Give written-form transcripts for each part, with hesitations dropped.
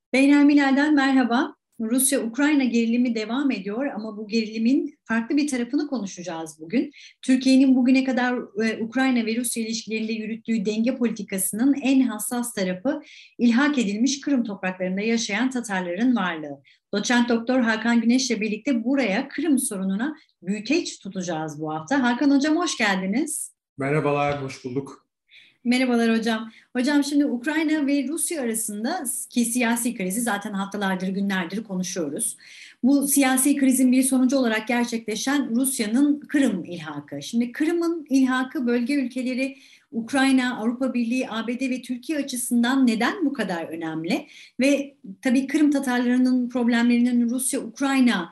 Beynelmilal'den merhaba. Rusya-Ukrayna gerilimi devam ediyor ama bu gerilimin farklı bir tarafını konuşacağız bugün. Türkiye'nin bugüne kadar Ukrayna ve Rusya ilişkilerinde yürüttüğü denge politikasının en hassas tarafı ilhak edilmiş Kırım topraklarında yaşayan Tatarların varlığı. Doçent Doktor Hakan Güneş'le birlikte buraya Kırım sorununa büyüteç tutacağız bu hafta. Hakan Hocam hoş geldiniz. Merhabalar, hoş bulduk. Merhabalar hocam. Hocam şimdi Ukrayna ve Rusya arasındaki siyasi krizi zaten haftalardır, günlerdir konuşuyoruz. Bu siyasi krizin bir sonucu olarak gerçekleşen Rusya'nın Kırım ilhakı. Şimdi Kırım'ın ilhakı bölge ülkeleri Ukrayna, Avrupa Birliği, ABD ve Türkiye açısından neden bu kadar önemli? Ve tabii Kırım Tatarlarının problemlerinin Rusya-Ukrayna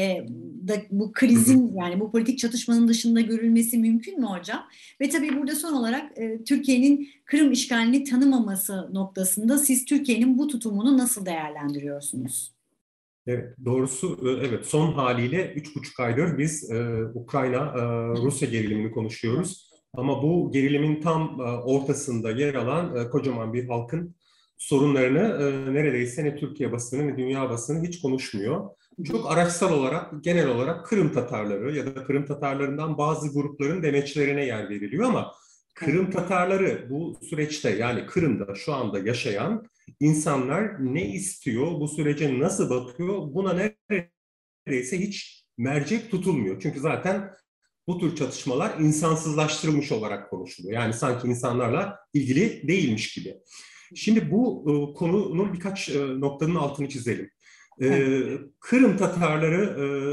bu Hı hı. krizin yani bu politik çatışmanın dışında görülmesi mümkün mü hocam? Ve tabii burada son olarak Türkiye'nin Kırım işgalini tanımaması noktasında siz Türkiye'nin bu tutumunu nasıl değerlendiriyorsunuz? Evet, doğrusu evet son haliyle 3,5 aydır biz Ukrayna-Rusya gerilimini konuşuyoruz. Ama bu gerilimin tam ortasında yer alan kocaman bir halkın sorunlarını neredeyse ne Türkiye basını ne dünya basını hiç konuşmuyor. Çok araçsal olarak, genel olarak Kırım Tatarları ya da Kırım Tatarlarından bazı grupların demeçlerine yer veriliyor ama Evet. Kırım Tatarları bu süreçte yani Kırım'da şu anda yaşayan İnsanlar ne istiyor, bu sürece nasıl bakıyor, buna neredeyse hiç mercek tutulmuyor. Çünkü zaten bu tür çatışmalar insansızlaştırılmış olarak konuşuluyor. Yani sanki insanlarla ilgili değilmiş gibi. Şimdi bu konunun birkaç noktanın altını çizelim. Evet. Kırım Tatarları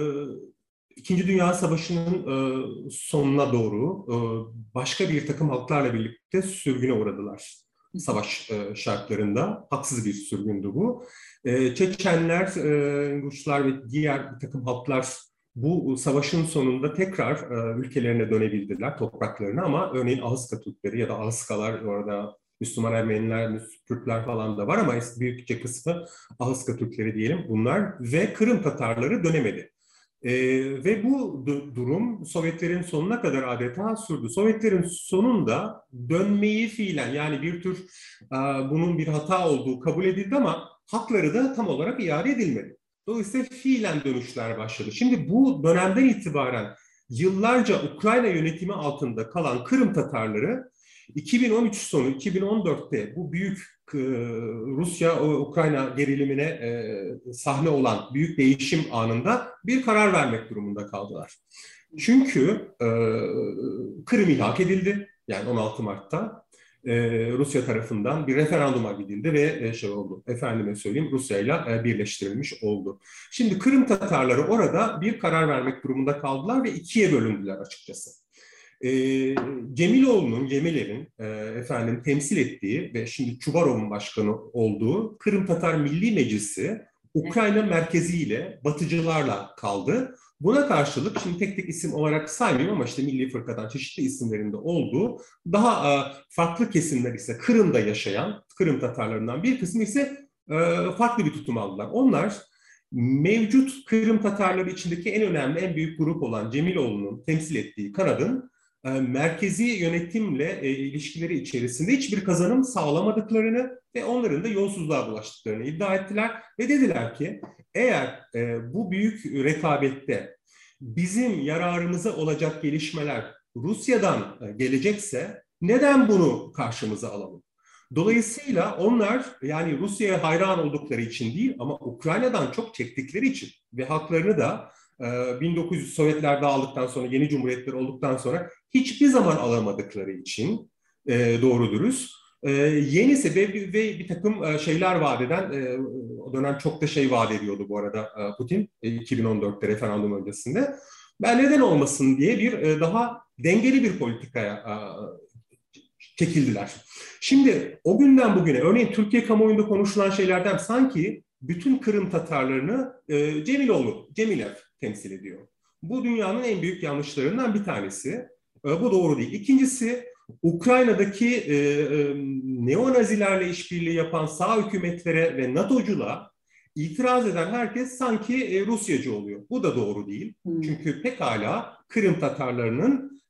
İkinci Dünya Savaşı'nın sonuna doğru başka bir takım halklarla birlikte sürgüne uğradılar savaş şartlarında. Haksız bir sürgündü bu. Çeçenler, Ruslar ve diğer bir takım halklar bu savaşın sonunda tekrar ülkelerine dönebildiler, topraklarına ama örneğin Ahıska Türkleri ya da Ahıskalar orada Müslüman Ermeniler, Kürtler falan da var ama büyükçe kısmı Ahıska Türkleri diyelim bunlar ve Kırım Tatarları dönemedi. Ve bu durum Sovyetlerin sonuna kadar adeta sürdü. Sovyetlerin sonunda dönmeyi fiilen yani bir tür bunun bir hata olduğu kabul edildi ama hakları da tam olarak iade edilmedi. Dolayısıyla fiilen dönüşler başladı. Şimdi bu dönemden itibaren yıllarca Ukrayna yönetimi altında kalan Kırım Tatarları 2013 sonu 2014'te bu büyük Rusya-Ukrayna gerilimine sahne olan büyük değişim anında bir karar vermek durumunda kaldılar. Çünkü Kırım ilhak edildi. Yani 16 Mart'ta Rusya tarafından bir referanduma gidildi ve şey oldu. Efendime söyleyeyim Rusya ile birleştirilmiş oldu. Şimdi Kırım Tatarları orada bir karar vermek durumunda kaldılar ve ikiye bölündüler açıkçası. E, Cemiloğlu'nun, Cemiler'in efendim temsil ettiği ve şimdi Çuvarov'un başkanı olduğu Kırım Tatar Milli Meclisi Ukrayna merkeziyle, Batıcılarla kaldı. Buna karşılık şimdi tek tek isim olarak saymayayım ama işte Milli Fırkadan çeşitli isimlerinde olduğu daha farklı kesimler ise Kırım'da yaşayan Kırım Tatarlarından bir kısmı ise farklı bir tutum aldılar. Onlar mevcut Kırım Tatarları içindeki en önemli, en büyük grup olan Cemiloğlu'nun temsil ettiği kanadın merkezi yönetimle ilişkileri içerisinde hiçbir kazanım sağlamadıklarını ve onların da yolsuzluğa bulaştıklarını iddia ettiler ve dediler ki eğer bu büyük rekabette bizim yararımıza olacak gelişmeler Rusya'dan gelecekse neden bunu karşımıza alalım? Dolayısıyla onlar yani Rusya'ya hayran oldukları için değil ama Ukrayna'dan çok çektikleri için ve haklarını da 1900 Sovyetler dağıldıktan sonra yeni cumhuriyetler olduktan sonra hiçbir zaman alamadıkları için doğru dürüst yenisi ve bir takım şeyler vaat eden o dönem çok da şey vaat ediyordu bu arada Putin 2014'te referandum öncesinde. Ben neden olmasın diye bir daha dengeli bir politikaya çekildiler. Şimdi o günden bugüne örneğin Türkiye kamuoyunda konuşulan şeylerden sanki bütün Kırım Tatarlarını Cemilev temsil ediyor. Bu dünyanın en büyük yanlışlarından bir tanesi. Bu doğru değil. İkincisi Ukrayna'daki neonazilerle işbirliği yapan sağ hükümetlere ve NATO'culuğa itiraz eden herkes sanki Rusyacı oluyor. Bu da doğru değil. Hmm. Çünkü pekala Kırım Tatarlarının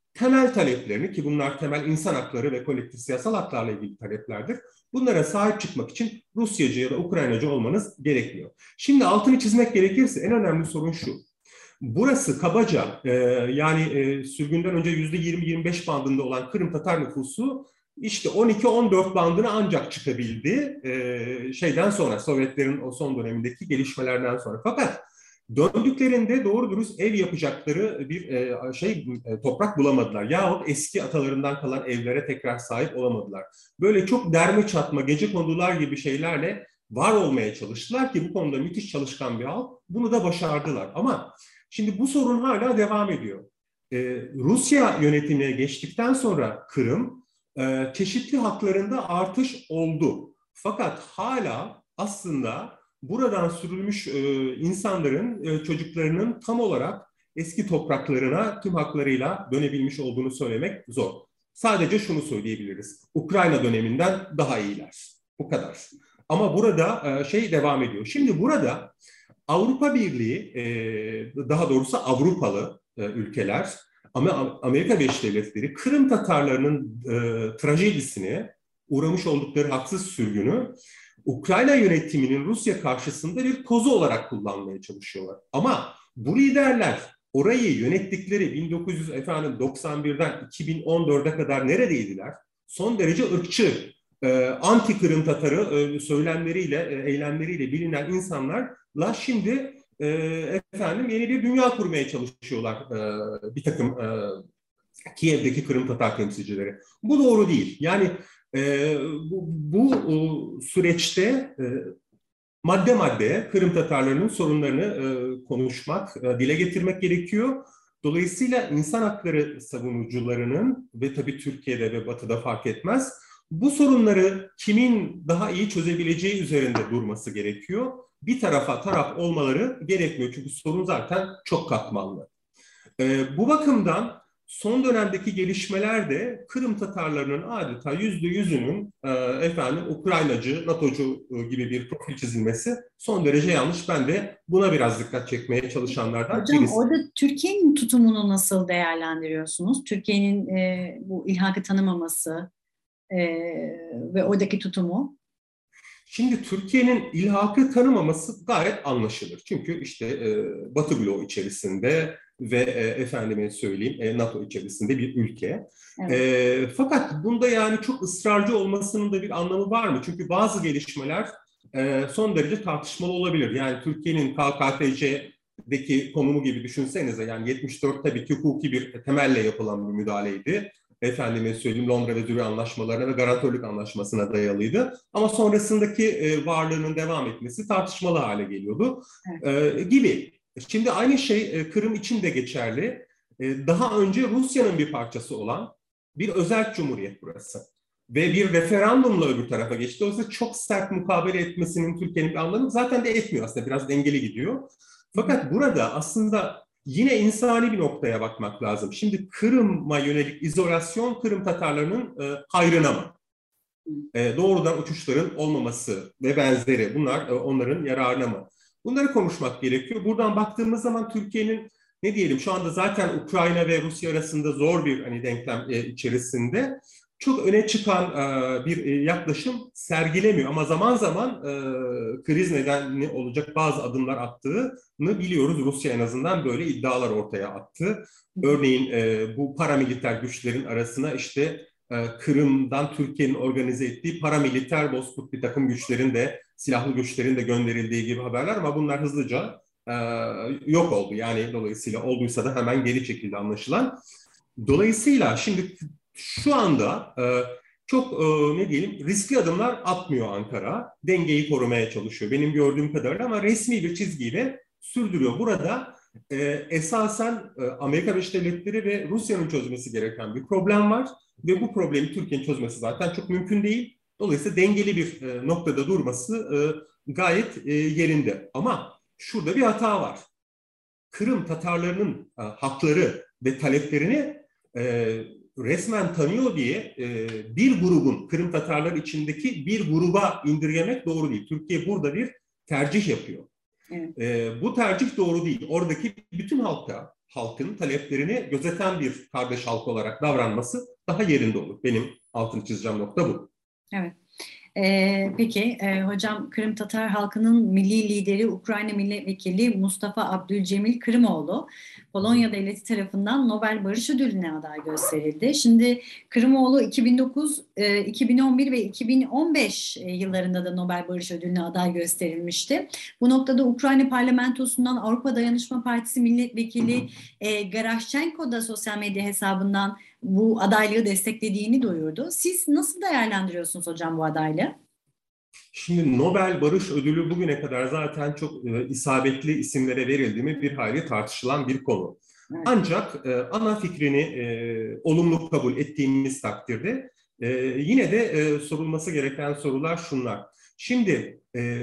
temel taleplerini, ki bunlar temel insan hakları ve kolektif siyasal haklarla ilgili taleplerdir, bunlara sahip çıkmak için Rusyacı ya da Ukraynacı olmanız gerekmiyor. Şimdi altını çizmek gerekirse en önemli sorun şu. Burası kabaca sürgünden önce %20-25 bandında olan Kırım Tatar nüfusu işte 12-14 bandına ancak çıkabildi şeyden sonra, Sovyetlerin o son dönemindeki gelişmelerden sonra. Fakat döndüklerinde doğru dürüst ev yapacakları bir toprak bulamadılar. Yahut eski atalarından kalan evlere tekrar sahip olamadılar. Böyle çok derme çatma, gecekondular gibi şeylerle var olmaya çalıştılar ki bu konuda müthiş çalışkan bir halk. Bunu da başardılar. Ama şimdi bu sorun hala devam ediyor. Rusya yönetimine geçtikten sonra Kırım, çeşitli haklarında artış oldu. Fakat hala aslında buradan sürülmüş insanların, çocuklarının tam olarak eski topraklarına tüm haklarıyla dönebilmiş olduğunu söylemek zor. Sadece şunu söyleyebiliriz. Ukrayna döneminden daha iyiler. Bu kadar. Ama burada devam ediyor. Şimdi burada Avrupa Birliği, daha doğrusu Avrupalı ülkeler, Amerika Birleşik Devletleri, Kırım Tatarlarının trajedisini, uğramış oldukları haksız sürgünü Ukrayna yönetiminin Rusya karşısında bir kozu olarak kullanmaya çalışıyorlar. Ama bu liderler orayı yönettikleri 1991'den 2014'e kadar neredeydiler? Son derece ırkçı, anti-Kırım Tatarı söylemleriyle, eylemleriyle bilinen insanlarla şimdi yeni bir dünya kurmaya çalışıyorlar bir takım Kiev'deki Kırım Tatar temsilcileri. Bu doğru değil. Yani bu süreçte madde madde Kırım Tatarlarının sorunlarını konuşmak, dile getirmek gerekiyor. Dolayısıyla insan hakları savunucularının ve tabii Türkiye'de ve Batı'da fark etmez, bu sorunları kimin daha iyi çözebileceği üzerinde durması gerekiyor. Bir taraf olmaları gerekmiyor. Çünkü sorun zaten çok katmanlı. Bu bakımdan son dönemdeki gelişmeler de Kırım Tatarlarının adeta %100'ünün Ukraynacı, NATO'cu gibi bir profil çizilmesi son derece yanlış. Ben de buna biraz dikkat çekmeye çalışanlardan Hocam, birisi. orada Türkiye'nin tutumunu nasıl değerlendiriyorsunuz? Türkiye'nin bu ilhakı tanımaması ve oradaki tutumu? Şimdi Türkiye'nin ilhakı tanımaması gayet anlaşılır. Çünkü işte Batı bloğu içerisinde ve NATO içerisinde bir ülke. Evet. Fakat bunda yani çok ısrarcı olmasının da bir anlamı var mı? Çünkü bazı gelişmeler son derece tartışmalı olabilir. Yani Türkiye'nin KKTC'deki konumu gibi düşünsenize. Yani 74 tabii ki hukuki bir temelle yapılan bir müdahaleydi. Londra ve Zürih anlaşmalarına ve garantörlük anlaşmasına dayalıydı. Ama sonrasındaki varlığının devam etmesi tartışmalı hale geliyordu gibi. Şimdi aynı şey Kırım için de geçerli. Daha önce Rusya'nın bir parçası olan bir özerk cumhuriyet burası. Ve bir referandumla öbür tarafa geçti. Dolayısıyla çok sert mukabele etmesinin Türkiye'nin bir anlamı zaten de etmiyor aslında. Biraz dengeli gidiyor. Fakat burada aslında yine insani bir noktaya bakmak lazım. Şimdi Kırım'a yönelik izolasyon Kırım Tatarlarının hayrına mı? Doğrudan uçuşların olmaması ve benzeri, bunlar onların yararına mı? Bunları konuşmak gerekiyor. Buradan baktığımız zaman Türkiye'nin şu anda zaten Ukrayna ve Rusya arasında zor bir denklem içerisinde çok öne çıkan bir yaklaşım sergilemiyor. Ama zaman zaman kriz nedeni olacak bazı adımlar attığını biliyoruz. Rusya en azından böyle iddialar ortaya attı. Örneğin bu paramiliter güçlerin arasına Kırım'dan Türkiye'nin organize ettiği paramiliter Bozkurt bir takım güçlerin de, silahlı güçlerin de gönderildiği gibi haberler, ama bunlar hızlıca yok oldu. Yani dolayısıyla olduysa da hemen geri çekildi anlaşılan. Dolayısıyla şimdi şu anda çok riskli adımlar atmıyor Ankara. Dengeyi korumaya çalışıyor benim gördüğüm kadarıyla, ama resmi bir çizgiyle sürdürüyor. Burada esasen Amerika Birleşik Devletleri ve Rusya'nın çözmesi gereken bir problem var. Ve bu problemi Türkiye'nin çözmesi zaten çok mümkün değil. Dolayısıyla dengeli bir noktada durması gayet yerinde. Ama şurada bir hata var. Kırım Tatarlarının hakları ve taleplerini resmen tanıyor diye bir grubun, Kırım Tatarları içindeki bir gruba indirgemek doğru değil. Türkiye burada bir tercih yapıyor. Evet. Bu tercih doğru değil. Oradaki bütün halkın taleplerini gözeten bir kardeş halk olarak davranması daha yerinde olur. Benim altını çizeceğim nokta bu. Evet. Peki hocam, Kırım Tatar halkının milli lideri Ukrayna Milletvekili Mustafa Abdülcemil Kırımoğlu Polonya Devleti tarafından Nobel Barış Ödülü'ne aday gösterildi. Şimdi Kırımoğlu 2009, 2011 ve 2015 yıllarında da Nobel Barış Ödülü'ne aday gösterilmişti. Bu noktada Ukrayna Parlamentosu'ndan Avrupa Dayanışma Partisi Milletvekili Garaşchenko da sosyal medya hesabından bu adaylığı desteklediğini duyurdu. Siz nasıl değerlendiriyorsunuz hocam bu adaylığı? Şimdi Nobel Barış Ödülü bugüne kadar zaten çok isabetli isimlere verildi mi bir hayli tartışılan bir konu. Evet. Ancak ana fikrini olumlu kabul ettiğimiz takdirde yine de sorulması gereken sorular şunlar. Şimdi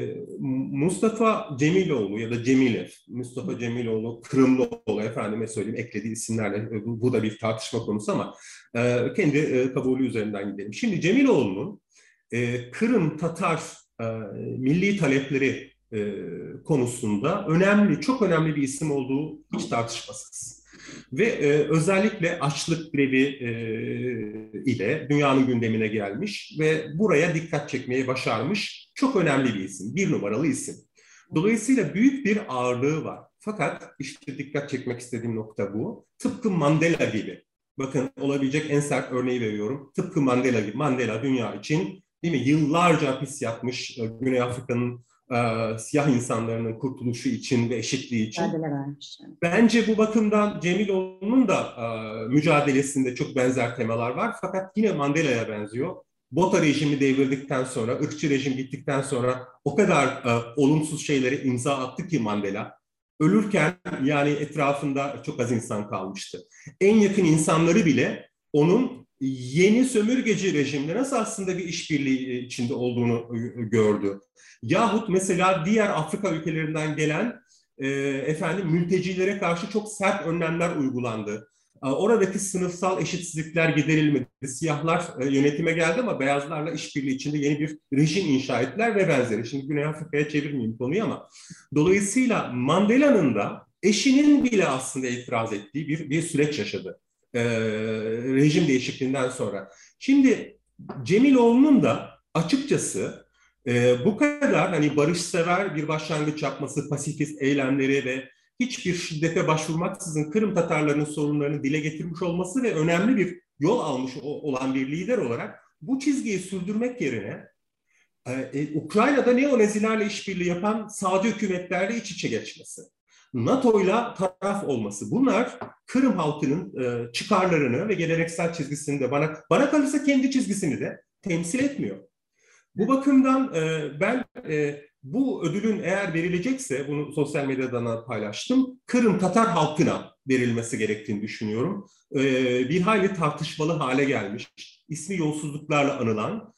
Mustafa Cemiloğlu ya da Cemilev, Mustafa Cemiloğlu, Kırımlıoğlu efendime söyleyeyim eklediği isimlerle bu da bir tartışma konusu ama kendi kabulü üzerinden gidelim. Şimdi Cemiloğlu'nun Kırım Tatar milli talepleri konusunda çok önemli bir isim olduğu hiç tartışmasız. Ve özellikle açlık grevi ile dünyanın gündemine gelmiş ve buraya dikkat çekmeyi başarmış çok önemli bir isim, bir numaralı isim. Dolayısıyla büyük bir ağırlığı var. Fakat işte dikkat çekmek istediğim nokta bu. Tıpkı Mandela gibi. Bakın olabilecek en sert örneği veriyorum. Tıpkı Mandela gibi. Mandela dünya için değil mi? Yıllarca hapis yatmış Güney Afrika'nın siyah insanların kurtuluşu için ve eşitliği için. Bence bu bakımdan Cemiloğlu'nun da mücadelesinde çok benzer temalar var. Fakat yine Mandela'ya benziyor. Bota rejimi devirdikten sonra, ırkçı rejim gittikten sonra o kadar olumsuz şeylere imza attı ki Mandela. Ölürken yani etrafında çok az insan kalmıştı. En yakın insanları bile onun yeni sömürgeci rejimle nasıl aslında bir işbirliği içinde olduğunu gördü. Yahut mesela diğer Afrika ülkelerinden gelen mültecilere karşı çok sert önlemler uygulandı. Oradaki sınıfsal eşitsizlikler giderilmedi. Siyahlar yönetime geldi ama beyazlarla işbirliği içinde yeni bir rejim inşa ettiler ve benzeri. Şimdi Güney Afrika'ya çevirmeyeyim konuyu ama dolayısıyla Mandela'nın da eşinin bile aslında itiraz ettiği bir süreç yaşadı. Rejim değişikliğinden sonra. Şimdi Cemiloğlu'nun da açıkçası bu kadar hani barışsever bir başlangıç yapması, pasifist eylemleri ve hiçbir şiddete başvurmaksızın Kırım Tatarlarının sorunlarını dile getirmiş olması ve önemli bir yol almış olan bir lider olarak bu çizgiyi sürdürmek yerine Ukrayna'da neonazilerle işbirliği yapan sağcı hükümetlerle iç içe geçmesi, NATO'yla taraf olması, bunlar Kırım halkının çıkarlarını ve geleneksel çizgisini de bana kalırsa kendi çizgisini de temsil etmiyor. Bu bakımdan ben bu ödülün eğer verilecekse, bunu sosyal medyadan paylaştım, Kırım Tatar halkına verilmesi gerektiğini düşünüyorum. Bir hayli tartışmalı hale gelmiş, ismi yolsuzluklarla anılan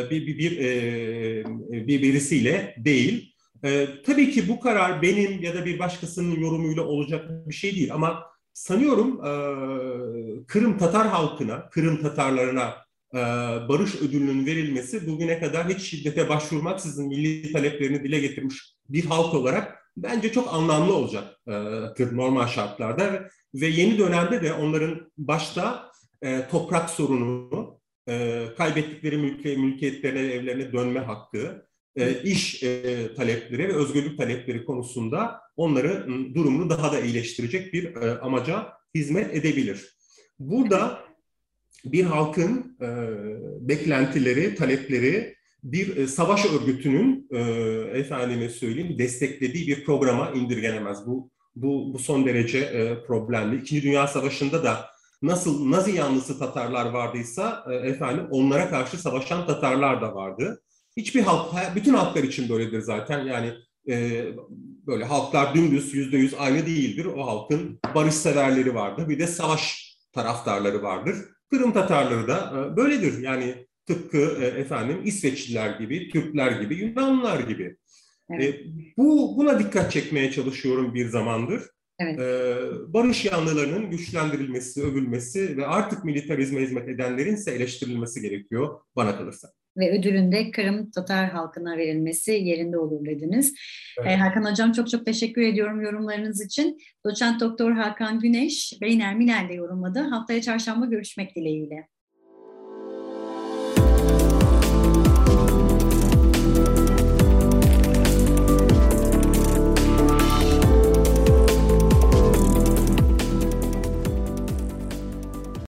birisiyle değil. Tabii ki bu karar benim ya da bir başkasının yorumuyla olacak bir şey değil ama sanıyorum Kırım Tatar halkına, Kırım Tatarlarına barış ödülünün verilmesi bugüne kadar hiç şiddete başvurmaksızın milli taleplerini dile getirmiş bir halk olarak bence çok anlamlı olacak normal şartlarda ve yeni dönemde de onların başta toprak sorunu, kaybettikleri mülkiyetlerine, evlerine dönme hakkı, iş talepleri ve özgürlük talepleri konusunda onların durumunu daha da iyileştirecek bir amaca hizmet edebilir. Burada bir halkın beklentileri, talepleri bir savaş örgütünün efendime söyleyeyim desteklediği bir programa indirgenemez. Bu son derece problemli. İkinci Dünya Savaşı'nda da nasıl Nazi yanlısı Tatarlar vardıysa onlara karşı savaşan Tatarlar da vardı. Hiçbir halk, bütün halklar için böyledir zaten. Yani böyle halklar dümdüz %100 aynı değildir. O halkın barışseverleri vardır. Bir de savaş taraftarları vardır. Kırım Tatarları da böyledir. Yani tıpkı İsveçliler gibi, Türkler gibi, Yunanlılar gibi. Evet. Buna dikkat çekmeye çalışıyorum bir zamandır. Evet. Barış yanlılarının güçlendirilmesi, övülmesi ve artık militarizme hizmet edenlerin ise eleştirilmesi gerekiyor bana kalırsa. ve ödülün de Kırım Tatar halkına verilmesi yerinde olur dediniz. Evet. Hakan Hocam çok çok teşekkür ediyorum yorumlarınız için. Doçent Doktor Hakan Güneş, Beyner Minel'de yorumladı. Haftaya çarşamba görüşmek dileğiyle.